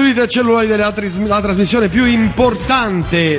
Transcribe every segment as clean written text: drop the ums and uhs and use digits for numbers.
Cellulite e Celluloide, la trasmissione più importante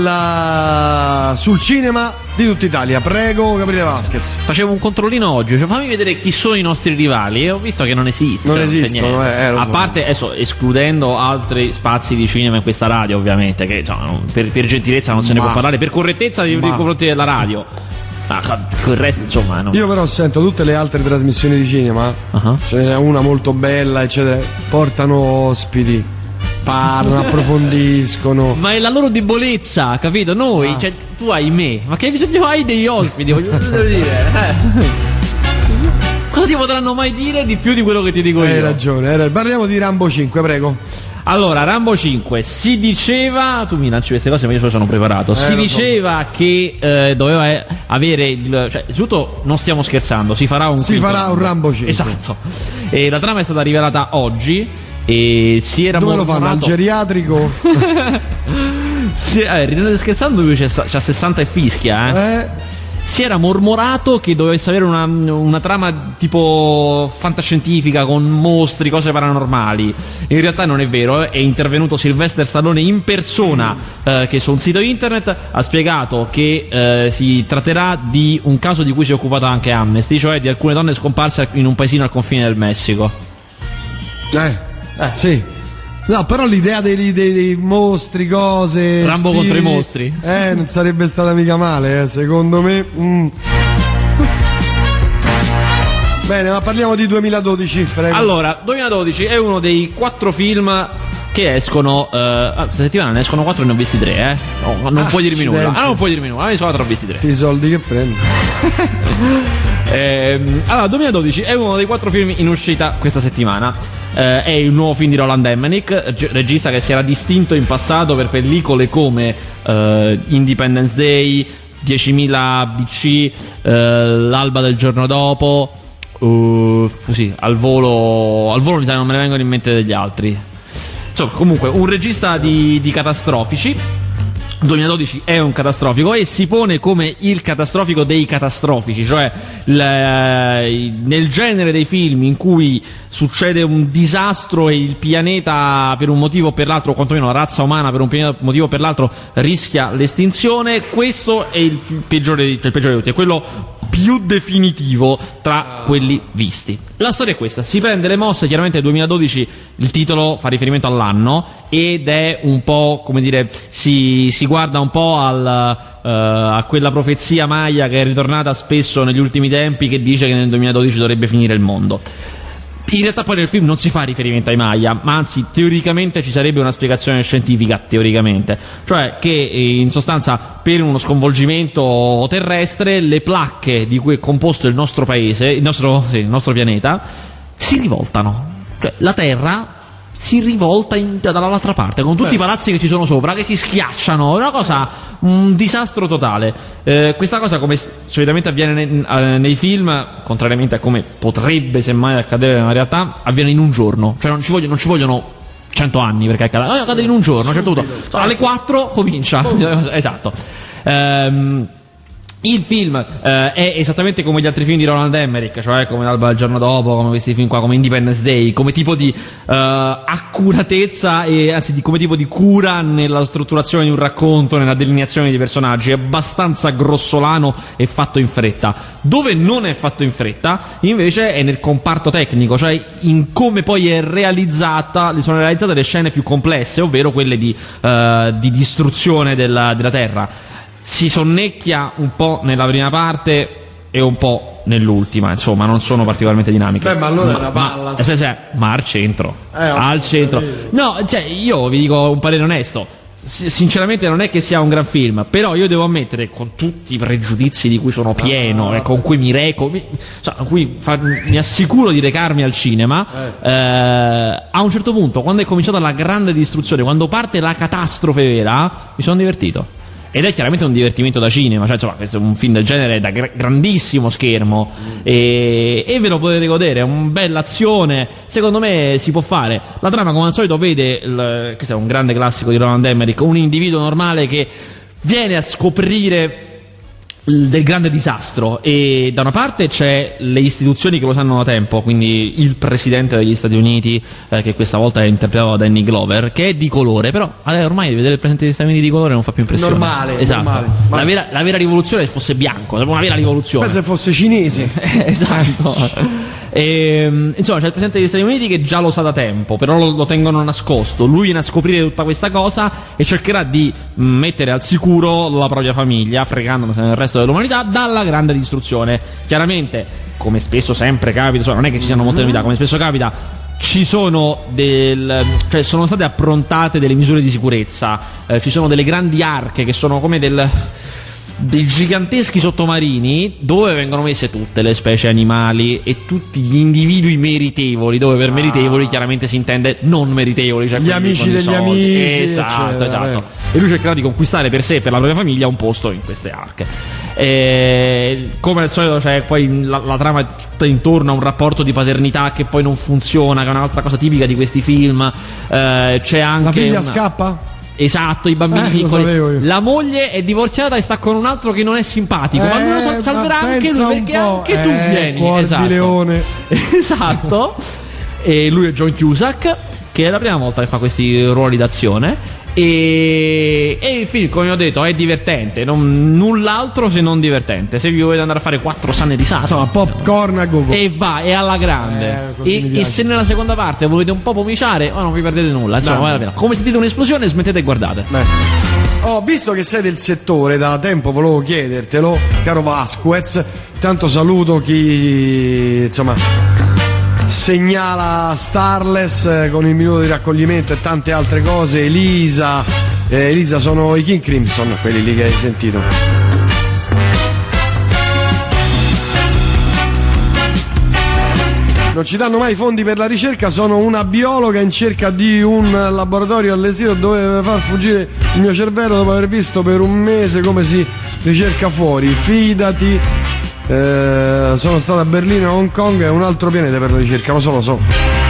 sul cinema di tutta Italia. Prego, Gabriele Vasquez. Facevo un controllino oggi, cioè fammi vedere chi sono i nostri rivali e ho visto che non esistono. Non esistono, a parte, adesso, escludendo altri spazi di cinema in questa radio, ovviamente, che per gentilezza non se ne può parlare, per correttezza nei confronti della radio. Il resto, insomma, no. Io però sento tutte le altre trasmissioni di cinema, ce n'è una molto bella, eccetera, portano ospiti, parlano, approfondiscono. Ma è la loro debolezza, capito? Noi, cioè, tu hai me, ma che bisogno hai degli ospiti? Voglio dire, cosa ti potranno mai dire di più di quello che ti dico io? Hai ragione. Parliamo di Rambo 5, prego. Allora, Rambo 5, si diceva, tu mi lanci queste cose ma io sono preparato, si diceva che doveva avere, cioè, innanzitutto non stiamo scherzando, si farà un Rambo 5. Esatto, e la trama è stata rivelata oggi e si era dove lo fanno? Al geriatrico? Ridete scherzando, lui c'ha 60 e fischia, Si era mormorato che dovesse avere una trama tipo fantascientifica con mostri, cose paranormali. In realtà non è vero, è intervenuto Sylvester Stallone in persona, che su un sito internet ha spiegato che si tratterà di un caso di cui si è occupato anche Amnesty, cioè di alcune donne scomparse in un paesino al confine del Messico. Sì. No, però l'idea dei mostri, cose, Rambo spiriti, contro i mostri, non sarebbe stata mica male, secondo me. Bene, ma parliamo di 2012, prego. Allora, 2012 è uno dei 4 film che escono. Questa settimana ne escono 4 e ne ho visti 3, No, non puoi dirmi nulla. Non puoi dirmi nulla, io sono 4 ho visti 3. I soldi che prendi. Allora, 2012 è uno dei 4 film in uscita questa settimana. È il nuovo film di Roland Emmerich, regista che si era distinto in passato per pellicole come Independence Day, 10.000 BC, L'alba del giorno dopo, così, al volo mi sa che non me ne vengono in mente degli altri. Insomma, comunque un regista di catastrofici. 2012 è un catastrofico e si pone come il catastrofico dei catastrofici, cioè nel genere dei film in cui succede un disastro e il pianeta per un motivo o per l'altro, o quantomeno la razza umana per un motivo o per l'altro rischia l'estinzione. Questo è il peggiore di tutti, è quello più definitivo tra quelli visti. La storia è questa: si prende le mosse, chiaramente nel 2012 il titolo fa riferimento all'anno ed è un po', come dire, si guarda un po' a quella profezia maya che è ritornata spesso negli ultimi tempi, che dice che nel 2012 dovrebbe finire il mondo. In realtà poi nel film non si fa riferimento ai Maya, ma anzi teoricamente ci sarebbe una spiegazione scientifica, teoricamente, cioè che in sostanza per uno sconvolgimento terrestre le placche di cui è composto il nostro paese, il nostro pianeta, si rivoltano, cioè la Terra si rivolta dall'altra parte con tutti i palazzi che ci sono sopra che si schiacciano, è una cosa, un disastro totale. Questa cosa, come solitamente avviene nei film, contrariamente a come potrebbe semmai accadere nella realtà, avviene in un giorno, cioè non ci vogliono 100 anni perché accade in un giorno, a un certo punto alle 4 comincia. Esatto. Il film è esattamente come gli altri film di Roland Emmerich, cioè come L'alba del giorno dopo, come questi film qua, come Independence Day, come tipo di accuratezza e anzi come tipo di cura nella strutturazione di un racconto, nella delineazione dei personaggi. È abbastanza grossolano e fatto in fretta. Dove non è fatto in fretta invece è nel comparto tecnico, cioè in come poi è sono realizzate le scene più complesse, ovvero quelle di distruzione della Terra. Si sonnecchia un po' nella prima parte e un po' nell'ultima, insomma, non sono particolarmente dinamiche. Ma allora è una palla. Ma al centro. Al centro. No, cioè, io vi dico un parere onesto. Sinceramente non è che sia un gran film, però io devo ammettere, con tutti i pregiudizi di cui sono pieno e con cui mi assicuro di recarmi al cinema, a un certo punto, quando è cominciata la grande distruzione, quando parte la catastrofe vera, mi sono divertito. Ed è chiaramente un divertimento da cinema, cioè insomma, un film del genere è da grandissimo schermo e ve lo potete godere, è una bella azione, secondo me si può fare. La trama, come al solito, vede, questo è un grande classico di Roland Emmerich, un individuo normale che viene a scoprire del grande disastro, e da una parte c'è le istituzioni che lo sanno da tempo, quindi il presidente degli Stati Uniti, che questa volta è interpretato da Danny Glover, che è di colore, però ormai vedere il presidente degli Stati Uniti di colore non fa più impressione. Normale, esatto. normale. La vera rivoluzione è se fosse bianco, sarebbe una vera rivoluzione. Penso se fosse cinese. Esatto. Insomma, c'è il presidente degli Stati Uniti che già lo sa da tempo, però lo tengono nascosto. Lui viene a scoprire tutta questa cosa e cercherà di mettere al sicuro la propria famiglia, fregandosene del resto dell'umanità dalla grande distruzione. Chiaramente, come spesso sempre capita, non è che ci siano molte novità, come spesso capita, ci sono cioè sono state approntate delle misure di sicurezza, ci sono delle grandi arche che sono come dei giganteschi sottomarini dove vengono messe tutte le specie animali e tutti gli individui meritevoli, dove per meritevoli chiaramente si intende non meritevoli, cioè gli amici degli amici, esatto. E lui cercherà di conquistare per sé e per la propria famiglia un posto in queste arche. Come al solito c'è poi la trama tutta intorno a un rapporto di paternità che poi non funziona, che è un'altra cosa tipica di questi film. C'è anche la figlia scappa? Esatto, i bambini piccoli. La moglie è divorziata e sta con un altro che non è simpatico, ma lui lo salverà anche lui, perché anche tu vieni. Cuor esatto. di leone. Esatto. E lui è John Cusack, che è la prima volta che fa questi ruoli d'azione. E il film, come ho detto, è divertente, null'altro se non divertente. Se vi volete andare a fare 4 sane risate, insomma, popcorn a gogo, e va, è alla grande. E se nella seconda parte volete un po' pomiciare, non vi perdete nulla. Insomma, vale la pena. Come sentite un'esplosione, smettete e guardate. Visto che sei del settore, da tempo volevo chiedertelo, caro Vasquez. Intanto saluto chi segnala Starless con il minuto di raccoglimento e tante altre cose. Elisa sono i King Crimson, quelli lì che hai sentito. Non ci danno mai fondi per la ricerca, sono una biologa in cerca di un laboratorio all'esito dove far fuggire il mio cervello dopo aver visto per un mese come si ricerca fuori. Fidati. Sono stato a Berlino e Hong Kong, è un altro pianeta per la ricerca, lo so.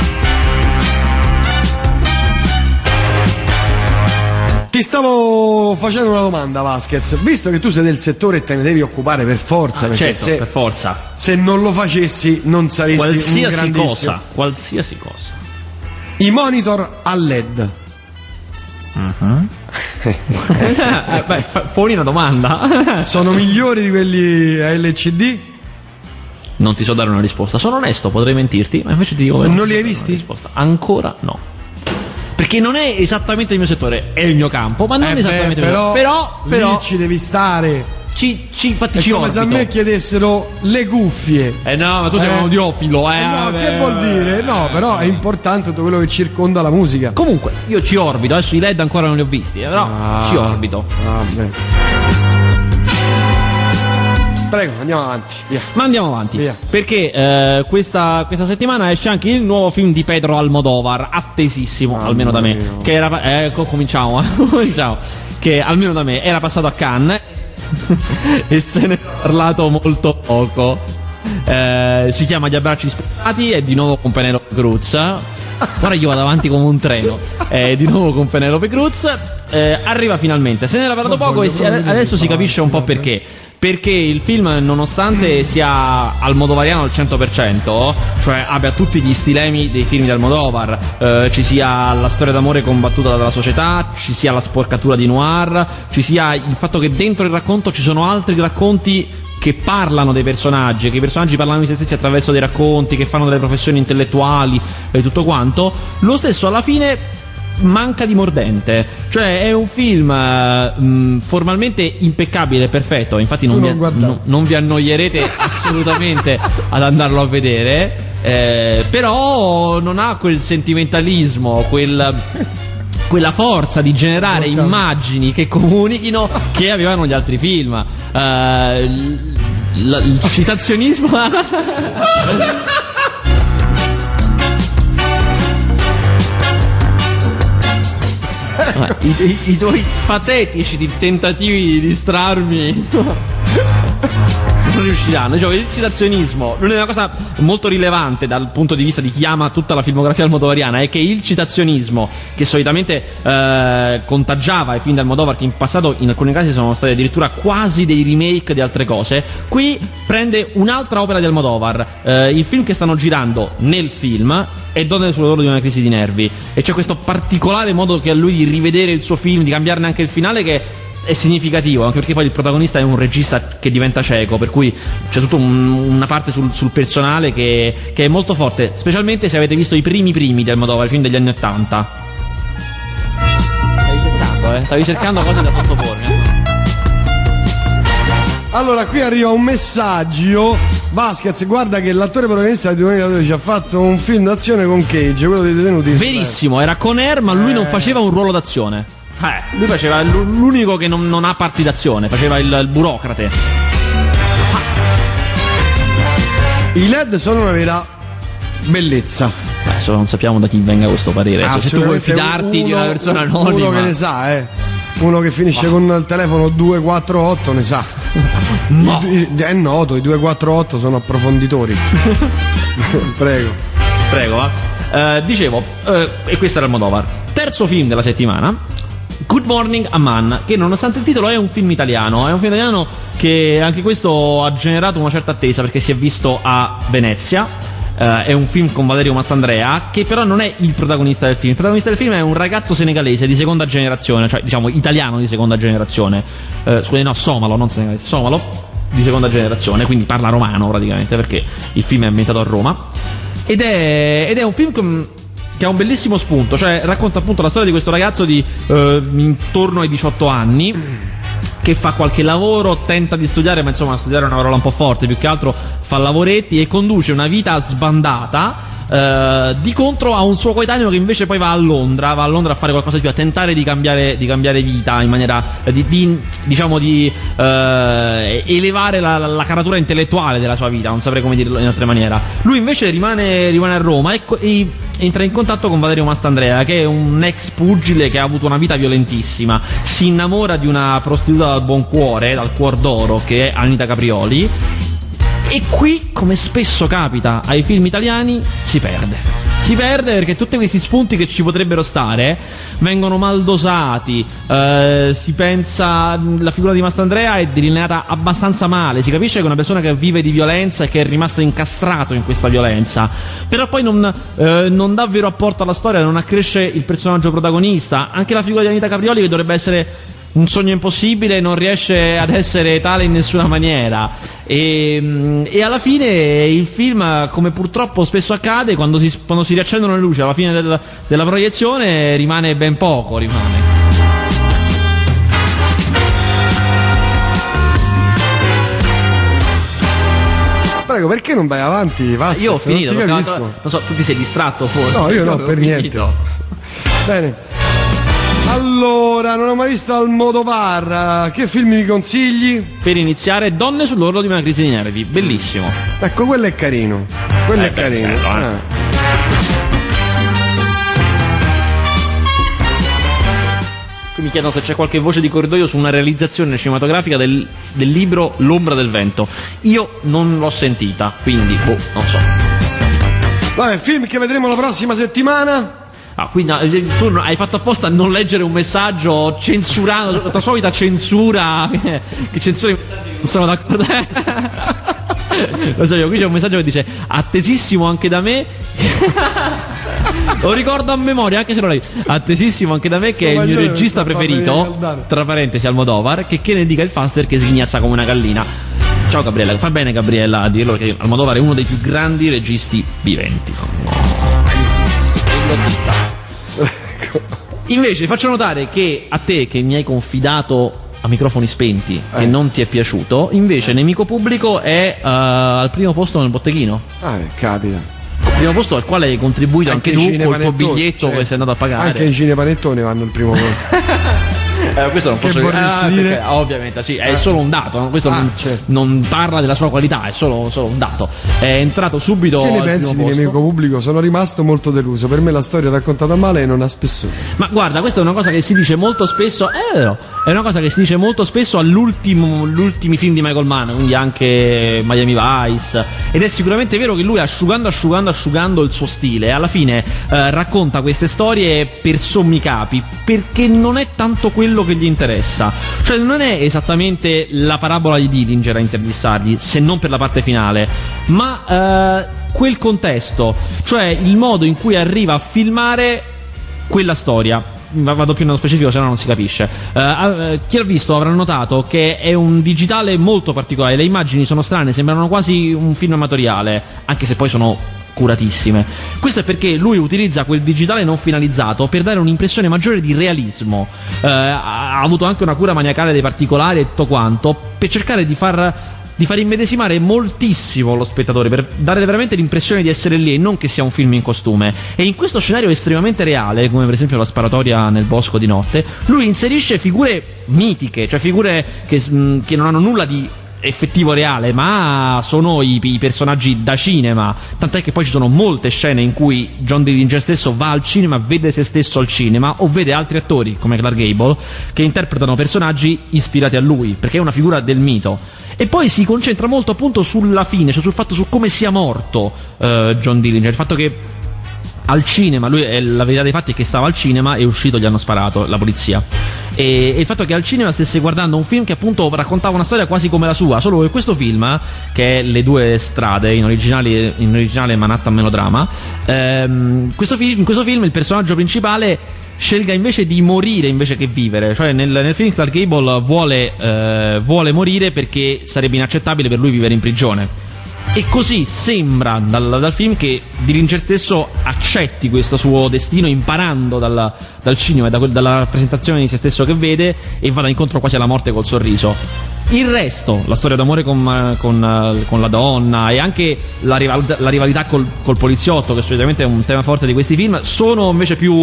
Ti stavo facendo una domanda, Vasquez, visto che tu sei del settore e te ne devi occupare per forza, perché certo, per forza. Se non lo facessi non saresti un grandissimo. Qualsiasi cosa. I monitor a LED. Poni una domanda. Sono migliori di quelli a LCD? Non ti so dare una risposta. Sono onesto, potrei mentirti, ma invece ti dico che non li hai visti? Risposta. Ancora no. Perché non è esattamente il mio settore, è il mio campo, ma non esattamente però lì ci devi stare. Infatti è come se a me chiedessero le cuffie. No, ma tu sei un audiofilo. No, che vuol dire? No, però è importante tutto quello che circonda la musica. Comunque, io ci orbito. Adesso i LED ancora non li ho visti, però ci orbito. Prego, andiamo avanti. Via. Ma andiamo avanti. Via. Perché questa settimana esce anche il nuovo film di Pedro Almodóvar, attesissimo, almeno da me. Mio. Che era. Cominciamo. Che almeno da me era passato a Cannes. E se ne è parlato molto poco. Si chiama Gli abbracci spezzati, è di nuovo con Penelope Cruz. Ora io vado avanti come un treno. Di nuovo con Penelope Cruz. Arriva finalmente. Se ne era parlato poco e adesso si capisce un po' perché. Perché il film, nonostante sia almodovariano al 100%, cioè abbia tutti gli stilemi dei film di Almodóvar, ci sia la storia d'amore combattuta dalla società, ci sia la sporcatura di noir, ci sia il fatto che dentro il racconto ci sono altri racconti che parlano dei personaggi, che i personaggi parlano di se stessi attraverso dei racconti, che fanno delle professioni intellettuali e tutto quanto, lo stesso alla fine manca di mordente. Cioè è un film formalmente impeccabile, perfetto. Infatti non vi annoierete assolutamente ad andarlo a vedere, però non ha quel sentimentalismo, quella forza di generare immagini che comunichino che avevano gli altri film. Il citazionismo I tuoi patetici tentativi di distrarmi non riusciranno. Dicevo, il citazionismo non è una cosa molto rilevante dal punto di vista di chi ama tutta la filmografia almodovariana, è che il citazionismo che solitamente contagiava i film di Almodovar, che in passato in alcuni casi sono stati addirittura quasi dei remake di altre cose, qui prende un'altra opera di Almodovar. Il film che stanno girando nel film è Donne sull'orlo di una crisi di nervi, e c'è questo particolare modo che ha lui di rivedere il suo film, di cambiarne anche il finale, che è significativo, anche perché poi il protagonista è un regista che diventa cieco, per cui c'è tutta una parte sul personale che è molto forte, specialmente se avete visto i primi di Almodovar, i film degli anni 80. Stavi cercando cose da sottopormi. Allora, qui arriva un messaggio. Vasquez, guarda che l'attore protagonista di 2012 ha fatto un film d'azione con Cage, quello dei detenuti. Verissimo, era con Air, ma lui non faceva un ruolo d'azione. Lui faceva l'unico che non ha parti d'azione, faceva il burocrate. I LED sono una vera bellezza. Adesso non sappiamo da chi venga questo parere. Se tu vuoi fidarti di una persona anonima. Uno che ne sa, uno che finisce con il telefono 248 ne sa. No. È noto, i 248 sono approfonditori. Prego, va. Dicevo, e questo era Almodovar. Terzo film della settimana, Good Morning Amman, che nonostante il titolo è un film italiano. È un film italiano che anche questo ha generato una certa attesa, perché si è visto a Venezia. È un film con Valerio Mastandrea, che però non è il protagonista del film. Il protagonista del film è un ragazzo senegalese di seconda generazione, cioè diciamo italiano di seconda generazione. Somalo, non senegalese, somalo di seconda generazione, quindi parla romano praticamente, perché il film è ambientato a Roma. Ed è un film che ha un bellissimo spunto, cioè racconta appunto la storia di questo ragazzo di intorno ai 18 anni, che fa qualche lavoro, tenta di studiare, ma insomma studiare è una parola un po' forte, più che altro fa lavoretti, e conduce una vita sbandata. Di contro a un suo coetaneo che invece poi va a Londra a fare qualcosa di più, a tentare di cambiare vita in maniera di elevare la caratura intellettuale della sua vita, non saprei come dirlo in altra maniera. Lui invece rimane a Roma e entra in contatto con Valerio Mastandrea, che è un ex pugile che ha avuto una vita violentissima. Si innamora di una prostituta dal buon cuore, dal cuor d'oro, che è Anita Caprioli. E qui, come spesso capita ai film italiani, si perde perché tutti questi spunti che ci potrebbero stare vengono mal dosati. Si pensa, la figura di Mastandrea è delineata abbastanza male, si capisce che è una persona che vive di violenza e che è rimasto incastrato in questa violenza, però poi non dà vero apporto alla storia, non accresce il personaggio protagonista. Anche la figura di Anita Caprioli, che dovrebbe essere un sogno impossibile, non riesce ad essere tale in nessuna maniera, e alla fine il film, come purtroppo spesso accade, quando si riaccendono le luci alla fine della proiezione, rimane ben poco. Prego, perché non vai avanti, Vasco? Io ho finito, non so, tu ti sei distratto forse. No, io no, per niente. Bene. Allora, non ho mai visto Almodovar, che film mi consigli? Per iniziare, Donne sull'orlo di una crisi di nervi, bellissimo. Ecco, quello è carino. Quello è carino. Qui mi chiedono se c'è qualche voce di corridoio su una realizzazione cinematografica del libro L'ombra del vento. Io non l'ho sentita, quindi non so. Vabbè, film che vedremo la prossima settimana. Quindi tu hai fatto apposta a non leggere un messaggio censurato, la tua solita censura, che censura i messaggi che non sono d'accordo. Lo so, qui c'è un messaggio che dice: attesissimo anche da me. Lo ricordo a memoria, anche se non l'hai. Attesissimo anche da me, che è il mio regista preferito, tra parentesi Almodovar, che ne dica il Faster, che sghignazza come una gallina. Ciao Gabriella, fa bene Gabriella a dirlo, perché Almodovar è uno dei più grandi registi viventi. Invece faccio notare che a te, che mi hai confidato a microfoni spenti, che non ti è piaciuto, invece Nemico Pubblico è al primo posto nel botteghino. Capita. Primo posto al quale hai contribuito anche tu col tuo biglietto, certo, che sei andato a pagare. Anche i cinepanettoni vanno al primo posto. Questo non posso dire. Ovviamente, sì, è solo un dato. No? Questo non parla della sua qualità, è solo un dato. È entrato subito. Che ne pensi di Nemico Pubblico? Sono rimasto molto deluso. Per me la storia è raccontata male e non ha spessore. Ma guarda, questa è una cosa che si dice molto spesso. È una cosa che si dice molto spesso all'ultimi film di Michael Mann, quindi anche Miami Vice. Ed è sicuramente vero che lui, asciugando il suo stile, alla fine racconta queste storie per sommi capi, perché non è tanto quello che gli interessa. Cioè non è esattamente la parabola di Dillinger a interessargli, se non per la parte finale, ma quel contesto, cioè il modo in cui arriva a filmare quella storia. Vado più nello specifico, se no non si capisce. Chi l'ha visto avrà notato che è un digitale molto particolare. Le immagini sono strane, sembrano quasi un film amatoriale, anche se poi sono curatissime. Questo è perché lui utilizza quel digitale non finalizzato per dare un'impressione maggiore di realismo. Ha avuto anche una cura maniacale dei particolari e tutto quanto, per cercare di far immedesimare moltissimo lo spettatore, per dare veramente l'impressione di essere lì e non che sia un film in costume. E in questo scenario estremamente reale, come per esempio la sparatoria nel bosco di notte, lui inserisce figure mitiche, cioè figure che non hanno nulla di effettivo reale, ma sono i personaggi da cinema. Tant'è che poi ci sono molte scene in cui John Dillinger stesso va al cinema, vede se stesso al cinema o vede altri attori come Clark Gable che interpretano personaggi ispirati a lui, perché è una figura del mito. E poi si concentra molto appunto sulla fine, cioè su come sia morto John Dillinger, il fatto che al cinema, la verità dei fatti è che stava al cinema e uscito gli hanno sparato, la polizia. E il fatto che al cinema stesse guardando un film che appunto raccontava una storia quasi come la sua, solo che questo film, che è Le due strade, in originale Manhattan Melodrama, in questo film il personaggio principale scelga invece di morire invece che vivere. Cioè nel film Clark Gable vuole morire perché sarebbe inaccettabile per lui vivere in prigione. E così sembra dal film che Dillinger stesso accetti questo suo destino, imparando dal cinema e dalla rappresentazione di se stesso che vede, e vada incontro quasi alla morte col sorriso. Il resto, la storia d'amore con la donna e anche la rivalità col poliziotto, che solitamente è un tema forte di questi film, sono invece più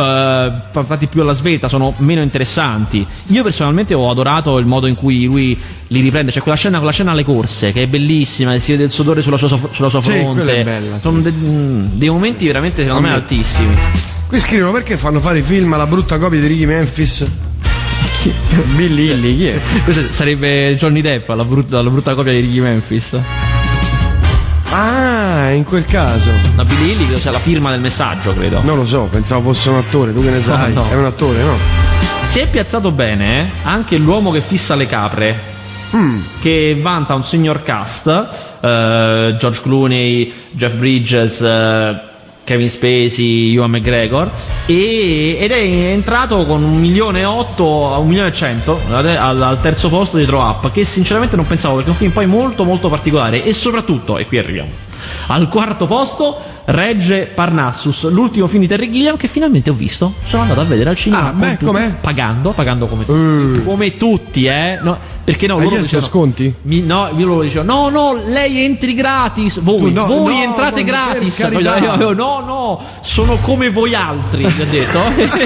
fatti più alla svelta, sono meno interessanti. Io personalmente ho adorato il modo in cui lui li riprende, c'è quella scena alle corse che è bellissima, si vede il sudore sulla sua fronte, è bella, sono dei momenti veramente secondo me altissimi. Qui scrivono: perché fanno fare i film alla brutta copia di Ricky Memphis? Billy Illy, chi è? Questo sarebbe Johnny Depp, la brutta copia di Ricky Memphis. Ah, in quel caso. No, Billy Illy c'è la firma del messaggio, credo. Non lo so, pensavo fosse un attore, tu che ne sai? No. È un attore, no? Si è piazzato bene anche l'uomo che fissa le capre, che vanta un signor cast, George Clooney, Jeff Bridges, Kevin Spacey, Ewan McGregor, ed è entrato con 1,8 milioni a 1.100.000 al terzo posto dietro Up, che sinceramente non pensavo, perché è un film poi molto molto particolare. E soprattutto, e qui arriviamo, al quarto posto regge Parnassus, l'ultimo film di Terry Gilliam che finalmente ho visto. Sono andato a vedere al cinema com'è? Pagando come tutti, no, perché no, hai loro chiesto sconti? No, io loro dicevo no, lei entri gratis, voi entrate gratis. No, sono come voi altri, gli ho detto.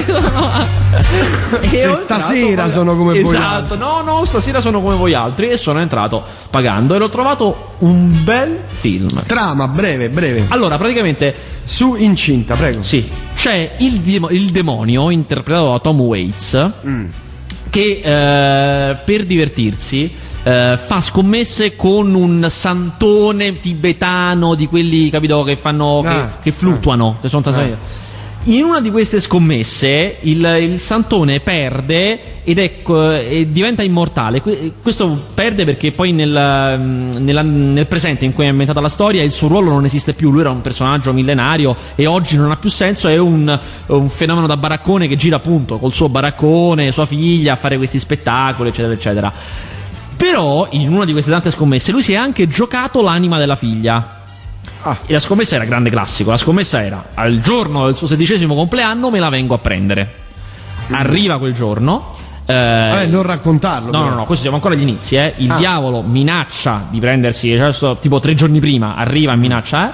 E stasera sono come voi altri. No, stasera sono come voi altri, e sono entrato pagando e l'ho trovato un bel film. Trama breve. Allora, praticamente su Incinta, prego. Sì, c'è il demonio interpretato da Tom Waits che per divertirsi fa scommesse con un santone tibetano di quelli, capito, che fanno che fluttuano, che sono in una di queste scommesse il santone perde e diventa immortale. Questo perde perché poi nel presente in cui è ambientata la storia il suo ruolo non esiste più. Lui era un personaggio millenario e oggi non ha più senso, è un fenomeno da baraccone che gira appunto col suo baraccone, sua figlia, a fare questi spettacoli, eccetera eccetera. Però in una di queste tante scommesse lui si è anche giocato l'anima della figlia. E la scommessa era grande classico. La scommessa era: al giorno del suo 16° compleanno me la vengo a prendere. Arriva quel giorno, non raccontarlo. No, questo siamo ancora agli inizi. Il diavolo minaccia di prendersi, tipo 3 giorni prima arriva e minaccia,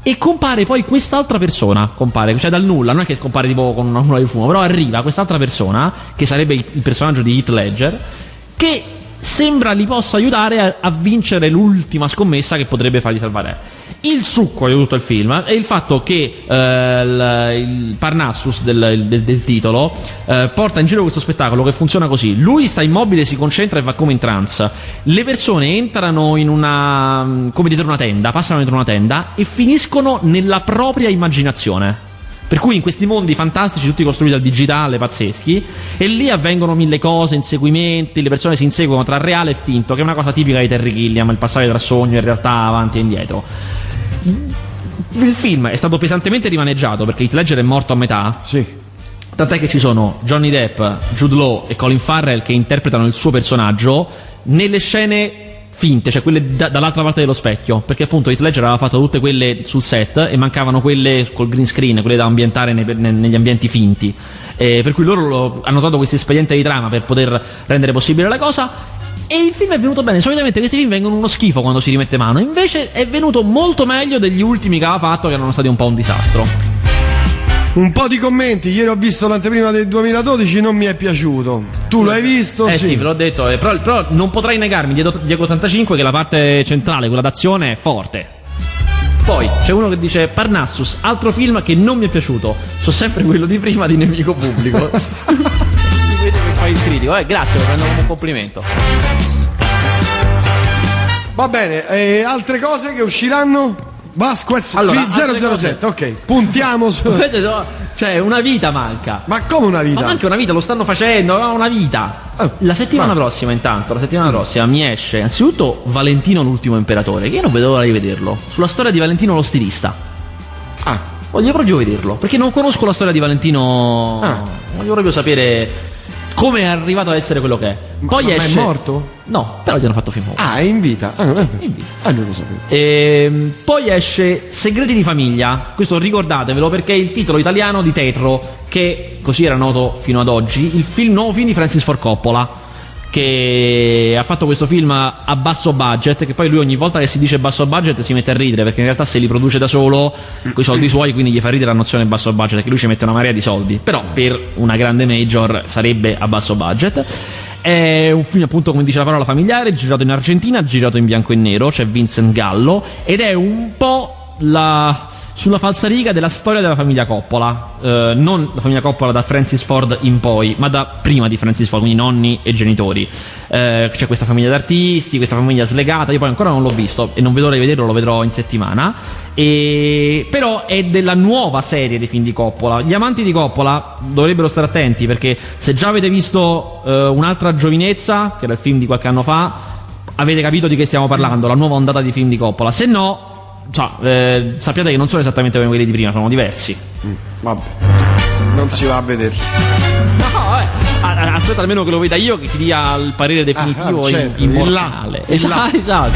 e compare poi quest'altra persona, cioè dal nulla, non è che compare tipo con una nuvola di fumo, però arriva quest'altra persona, che sarebbe il personaggio di Heath Ledger, che sembra li possa aiutare a vincere l'ultima scommessa che potrebbe fargli salvare. Il succo di tutto il film è il fatto che il Parnassus del titolo porta in giro questo spettacolo che funziona così: lui sta immobile, si concentra e va come in trance. Le persone entrano in una, come dietro una tenda, passano dentro una tenda e finiscono nella propria immaginazione. Per cui in questi mondi fantastici, tutti costruiti al digitale, pazzeschi, e lì avvengono mille cose, inseguimenti, le persone si inseguono tra reale e finto, che è una cosa tipica di Terry Gilliam, il passare tra sogno e realtà, avanti e indietro. Il film è stato pesantemente rimaneggiato perché Heath Ledger è morto a metà. Sì. Tant'è che ci sono Johnny Depp, Jude Law e Colin Farrell che interpretano il suo personaggio nelle scene finte, cioè quelle dall'altra parte dello specchio, perché appunto Heath Ledger aveva fatto tutte quelle sul set e mancavano quelle col green screen, quelle da ambientare negli ambienti finti, per cui loro hanno trovato questo espediente di trama per poter rendere possibile la cosa. E il film è venuto bene. Solitamente questi film vengono uno schifo quando si rimette mano, invece è venuto molto meglio degli ultimi che aveva fatto, che erano stati un po' un disastro. Un po' di commenti. Ieri ho visto l'anteprima del 2012, non mi è piaciuto. Tu l'hai visto? Sì, ve l'ho detto, però non potrai negarmi Diego 85 che la parte centrale, quella d'azione, è forte. Poi c'è uno che dice: Parnassus, altro film che non mi è piaciuto, so sempre quello di prima di Nemico Pubblico. Si vede che fai il critico, grazie, lo prendo come un complimento. Va bene, altre cose che usciranno? Vasquez allora, 007, ok, puntiamo su. Cioè, una vita manca. Ma come una vita? Ma manca una vita, lo stanno facendo, una vita. La settimana prossima, intanto, mi esce anzitutto Valentino l'ultimo imperatore, che io non vedo l'ora di vederlo. Sulla storia di Valentino lo stilista. Voglio proprio vederlo, perché non conosco la storia di Valentino. Voglio proprio sapere come è arrivato ad essere quello che è. Poi esce... è morto? No, però gli hanno fatto film. È in vita. In vita. Non lo sapevo. Poi esce Segreti di famiglia. Questo ricordatevelo perché è il titolo italiano di Tetro, che così era noto fino ad oggi, il nuovo film di Francis Ford Coppola, che ha fatto questo film a basso budget, che poi lui ogni volta che si dice basso budget si mette a ridere, perché in realtà se li produce da solo coi soldi suoi, quindi gli fa ridere la nozione basso budget, che lui ci mette una marea di soldi, però per una grande major sarebbe a basso budget. È un film, appunto, come dice la parola, familiare, girato in Argentina, girato in bianco e nero, c'è Vincent Gallo, ed è un po' sulla falsariga della storia della famiglia Coppola, non la famiglia Coppola da Francis Ford in poi, ma da prima di Francis Ford, quindi nonni e genitori. C'è questa famiglia d'artisti, questa famiglia slegata. Io poi ancora non l'ho visto e non vedo l'ora di vederlo, lo vedrò in settimana. Però è della nuova serie dei film di Coppola. Gli amanti di Coppola dovrebbero stare attenti, perché se già avete visto Un'altra giovinezza, che era il film di qualche anno fa, avete capito di che stiamo parlando, la nuova ondata di film di Coppola. Se no, sappiate che non sono esattamente come quelli di prima, sono diversi. Vabbè, non si va a vederli. No, aspetta almeno che lo veda io, che ti dia il parere definitivo, certo, immortale. Esatto.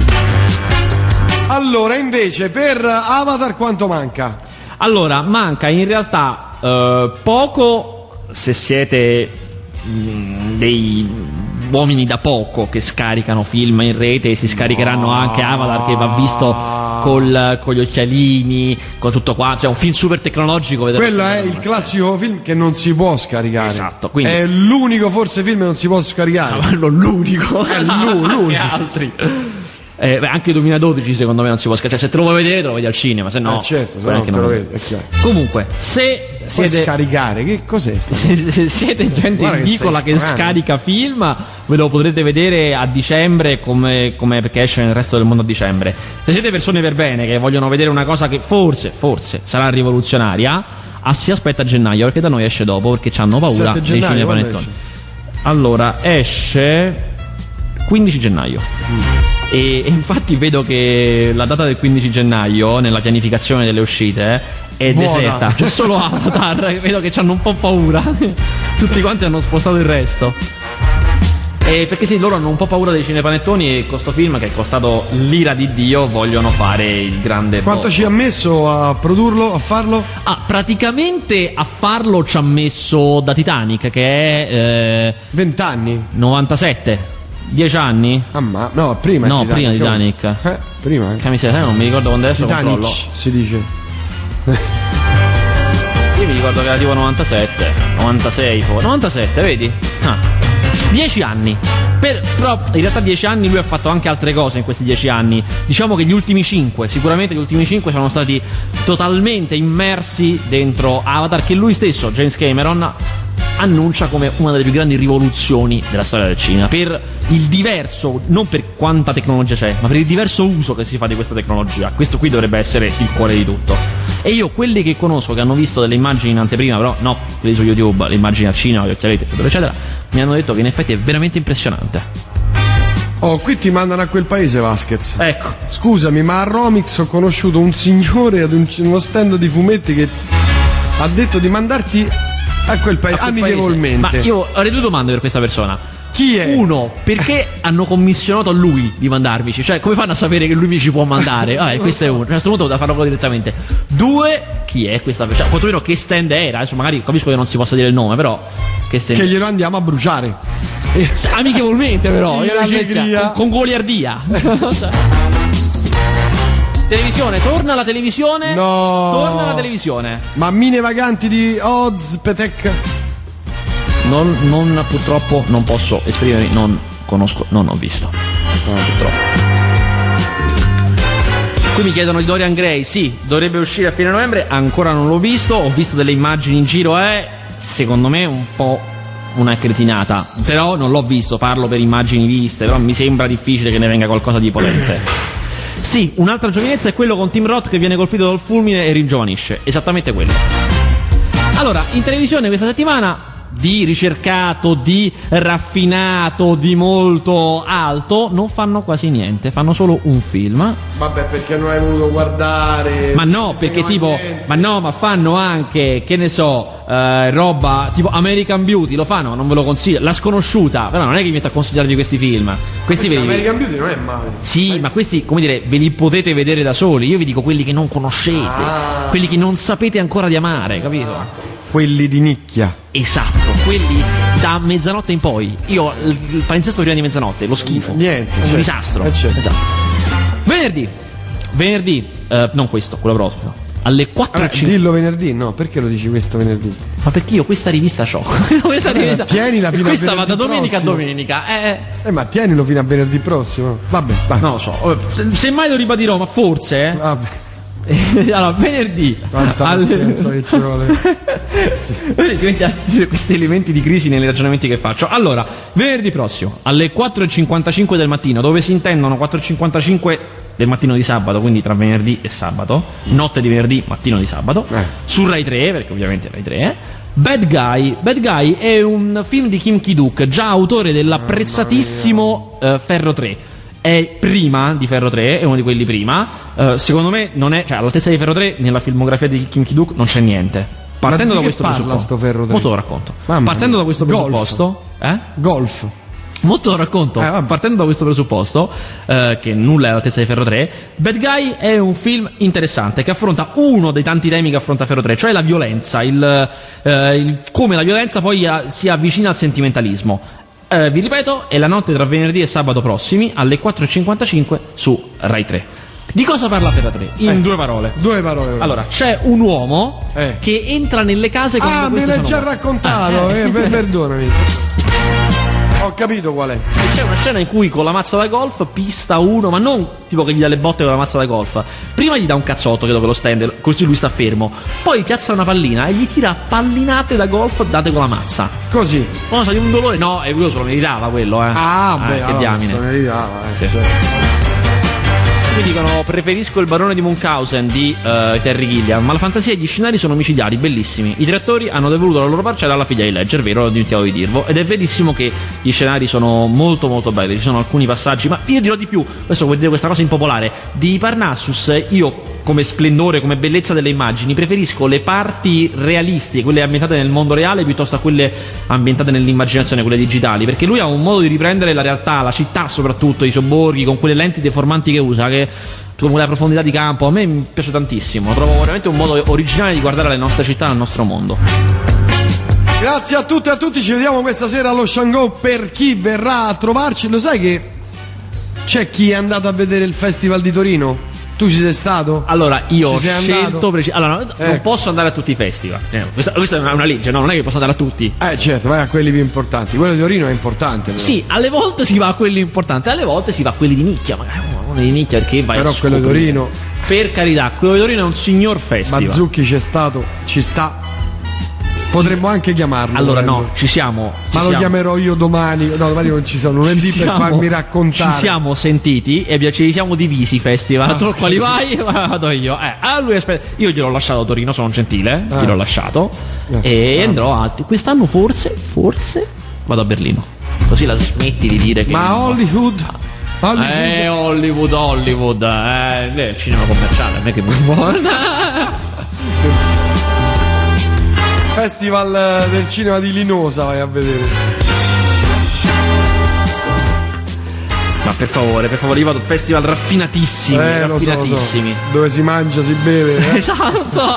Allora, invece, per Avatar quanto manca? Allora, manca in realtà poco, se siete dei uomini da poco che scaricano film in rete, e si scaricheranno anche Avatar, che va visto con gli occhialini, con tutto qua, cioè un film super tecnologico. Quello è il classico film che non si può scaricare. Esatto, quindi è l'unico forse film che non si può scaricare. No, l'unico. È l'unico. Altri. Anche 2012 secondo me non si può scaricare. Cioè, se te lo vuoi vedere te lo vedi al cinema, se no certo, se no te lo vedi, è chiaro. Comunque, se siete scaricare, che cos'è? Se siete gente ridicola che scarica film, ve lo potrete vedere a dicembre, come perché esce nel resto del mondo a dicembre. Se siete persone per bene che vogliono vedere una cosa che forse sarà rivoluzionaria, si aspetta a gennaio, perché da noi esce dopo, perché hanno paura dei cinepanettoni. Allora, esce 15 gennaio. E infatti vedo che la data del 15 gennaio nella pianificazione delle uscite è deserta, c'è solo Avatar. Vedo che hanno un po' paura. Tutti quanti hanno spostato il resto. Perché sì, loro hanno un po' paura dei cinepanettoni, e con sto film, che è costato l'ira di Dio, vogliono fare il grande Quanto botto. ci ha messo a produrlo, a farlo? Praticamente a farlo ci ha messo da Titanic, che è 20 anni. 97. 10 anni? No, prima No, prima di Titanic. Prima. Non mi ricordo quando adesso Titanic controllo. si dice. Io mi ricordo che era tipo 97, 96 forse. 97, vedi? 10 anni. Però in realtà 10 anni lui ha fatto anche altre cose in questi 10 anni. Diciamo che sicuramente gli ultimi 5 sono stati totalmente immersi dentro Avatar, che lui stesso, James Cameron, annuncia come una delle più grandi rivoluzioni della storia del cinema, per il diverso, non per quanta tecnologia c'è, ma per il diverso uso che si fa di questa tecnologia. Questo qui dovrebbe essere il cuore di tutto. E io, quelli che conosco che hanno visto delle immagini in anteprima, però no, quelli su YouTube, le immagini al cinema, gli occhialetti, eccetera eccetera, mi hanno detto che in effetti è veramente impressionante. Oh, qui ti mandano a quel paese, Vasquez. Ecco. Scusami, ma a Romix ho conosciuto un signore ad uno stand di fumetti che ha detto di mandarti a quel paese amichevolmente. Ma io avrei due domande per questa persona. Chi è? Uno, perché hanno commissionato a lui di mandarmici? Cioè, come fanno a sapere che lui mi ci può mandare? Questo è uno. A questo punto da farlo direttamente. Due, chi è questa persona? Quantomeno che stand era? Adesso magari capisco che non si possa dire il nome, però che stand? Che glielo andiamo a bruciare. Amichevolmente, però. Con goliardia. Televisione, torna la televisione. No. Torna la televisione. Ma mine vaganti di Ozpetek? Non purtroppo non posso esprimermi, non conosco, non ho visto. Purtroppo. Qui mi chiedono di Dorian Gray. Sì, dovrebbe uscire a fine novembre, ancora non l'ho visto. Ho visto delle immagini in giro, secondo me un po' una cretinata. Però non l'ho visto, parlo per immagini viste. Però mi sembra difficile che ne venga qualcosa di potente. Sì, un'altra giovinezza è quello con Tim Roth che viene colpito dal fulmine e ringiovanisce. Esattamente quello. Allora, in televisione questa settimana, di ricercato, di raffinato, di molto alto, non fanno quasi niente, fanno solo un film. Vabbè, perché non hai voluto guardare? Ma no, perché tipo, ma fanno anche, che ne so, roba tipo American Beauty, lo fanno, non ve lo consiglio. La Sconosciuta, però non è che mi metto a consigliarvi questi film. Questi ve li... American Beauty non è male. Sì, ma questi, come dire, ve li potete vedere da soli. Io vi dico quelli che non conoscete, quelli che non sapete ancora di amare, capito? Quelli di nicchia. Esatto, quelli da mezzanotte in poi. Io il palinsesto prima di mezzanotte, lo schifo. Niente. Un disastro. Certo. Esatto. Venerdì, non questo, quello prossimo. Alle 4:50. Dillo venerdì, no? Perché lo dici questo venerdì? Ma perché io questa rivista c'ho. Questa rivista. Tienila fino questa a va da domenica prossimo. a domenica. Ma tienilo fino a venerdì prossimo. Vabbè, vai. Non lo so. Semmai lo ribadirò, ma forse. Vabbè. Allora, venerdì. Quanta pazienza che ci vuole. Questi elementi di crisi nei ragionamenti che faccio. Allora, venerdì prossimo alle 4:55 del mattino, dove si intendono 4:55 del mattino di sabato, quindi tra venerdì e sabato, notte di venerdì, mattino di sabato, su Rai 3, perché ovviamente Rai 3. Bad Guy è un film di Kim Ki-duk, già autore dell'apprezzatissimo Ferro 3. È prima di Ferro 3, è uno di quelli prima. Secondo me non è, cioè all'altezza di Ferro 3 nella filmografia di Kim Ki-duk non c'è niente. Partendo da questo presupposto, sto Ferro 3? Molto lo racconto. Partendo da questo presupposto, Golf. Molto lo racconto. Partendo da questo presupposto, che nulla è all'altezza di Ferro 3, Bad Guy è un film interessante che affronta uno dei tanti temi che affronta Ferro 3, cioè la violenza, come la violenza poi si avvicina al sentimentalismo. Vi ripeto, è la notte tra venerdì e sabato prossimi alle 4:55 su Rai 3. Di cosa parla Ferro 3? In due parole. Allora, c'è un uomo che entra nelle case quando me l'hai già morte. raccontato, perdonami. Ho capito qual è. C'è una scena in cui con la mazza da golf pista uno, ma non tipo che gli dà le botte con la mazza da golf. Prima gli dà un cazzotto, credo che lo stand, così lui sta fermo. Poi piazza una pallina e gli tira pallinate da golf date con la mazza. Così. Non so, di un dolore. No, e lui se lo meritava quello, che diamine. Se lo meritava, sì. Mi dicono preferisco Il barone di Munchausen di Terry Gilliam, ma la fantasia e gli scenari sono micidiali, bellissimi. I direttori hanno devoluto la loro parcella alla figlia di Ledger, vero, lo dimenticavo di dirvo, ed è verissimo che gli scenari sono molto molto belli, ci sono alcuni passaggi, ma io dirò di più, adesso vuol dire questa cosa impopolare, di Parnassus io come splendore, come bellezza delle immagini preferisco le parti realistiche, quelle ambientate nel mondo reale, piuttosto a quelle ambientate nell'immaginazione, quelle digitali, perché lui ha un modo di riprendere la realtà, la città soprattutto, i sobborghi, con quelle lenti deformanti che usa, che con quella profondità di campo, a me mi piace tantissimo, trovo veramente un modo originale di guardare le nostre città, il nostro mondo. Grazie a tutte e a tutti, ci vediamo questa sera allo Shango. Per chi verrà a trovarci, lo sai che c'è chi è andato a vedere il Festival di Torino? Tu ci sei stato? Allora, io ho Ci sei scelto andato? allora, non posso andare a tutti i festival. Questa è una legge, no? Non è che posso andare a tutti. Certo, vai a quelli più importanti. Quello di Torino è importante, però. Sì, alle volte si va a quelli importanti, alle volte si va a quelli di nicchia. Magari uno di nicchia perché vai Però a quello di scoprire. Torino, Per carità, quello di Torino è un signor festival. Mazzucchi c'è stato, ci sta. Potremmo anche chiamarlo. Allora volendo. no, ci siamo. Ma lo chiamerò io domani. No, domani non ci sono. Lunedì per farmi raccontare. Ci siamo sentiti e ci siamo divisi i festival. Tu quali vai? Vado io. Lui aspetta. Io gliel'ho lasciato a Torino, sono gentile. Gliel'ho lasciato. E andrò a. Quest'anno forse vado a Berlino. Così la smetti di dire che. Ma Hollywood? Hollywood. È il cinema commerciale, non è che mi importa. Festival del cinema di Linosa vai a vedere. Ma per favore, io vado a festival raffinatissimi. Lo so. Dove si mangia, si beve. Esatto.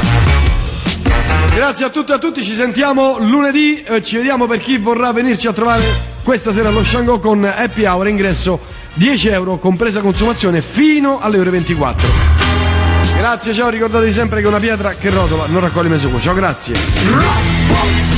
Grazie a tutti e a tutti, ci sentiamo lunedì. Ci vediamo per chi vorrà venirci a trovare questa sera allo Shango con Happy Hour, ingresso 10 euro, compresa consumazione, fino alle ore 24. Grazie, ciao, ricordatevi sempre che una pietra che rotola non raccoglie mai succo. Ciao, grazie.